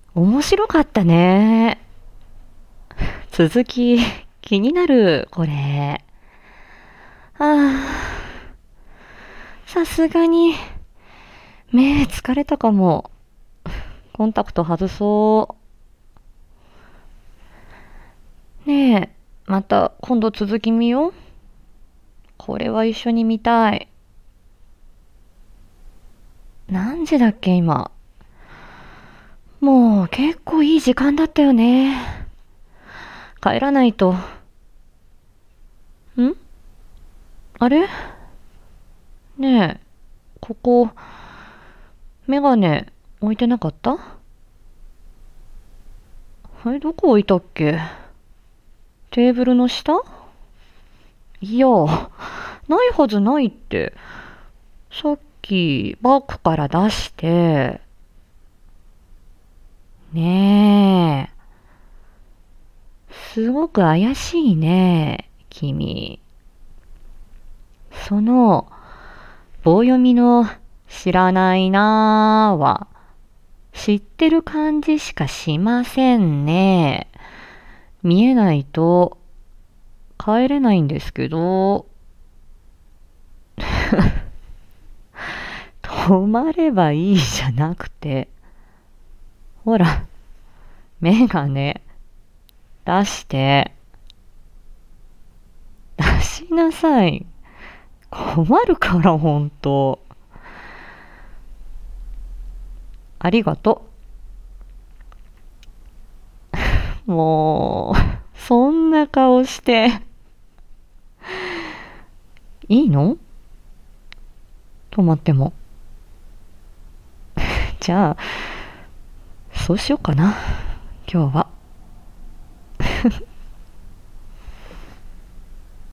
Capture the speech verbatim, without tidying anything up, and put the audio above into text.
面白かったね。続き、気になる、これ。ああ、さすがに、目疲れたかも。コンタクト外そう。ねえ、また今度続き見よう。これは一緒に見たい。何時だっけ今。もう結構いい時間だったよね。帰らないと。んあれねえ、ここ、メガネ置いてなかった？あれ、どこ置いたっけ？テーブルの下？いや、ないはずないって。さっきバッグから出して、ねえ、すごく怪しいね、君。その、棒読みの知らないなーは、知ってる感じしかしませんね。見えないと帰れないんですけど、止まればいいじゃなくて、ほら、メガネ出して、出しなさい。困るからほんと。ありがとう。もう、そんな顔して、いいの？止まっても。じゃあ、そうしようかな。今日は。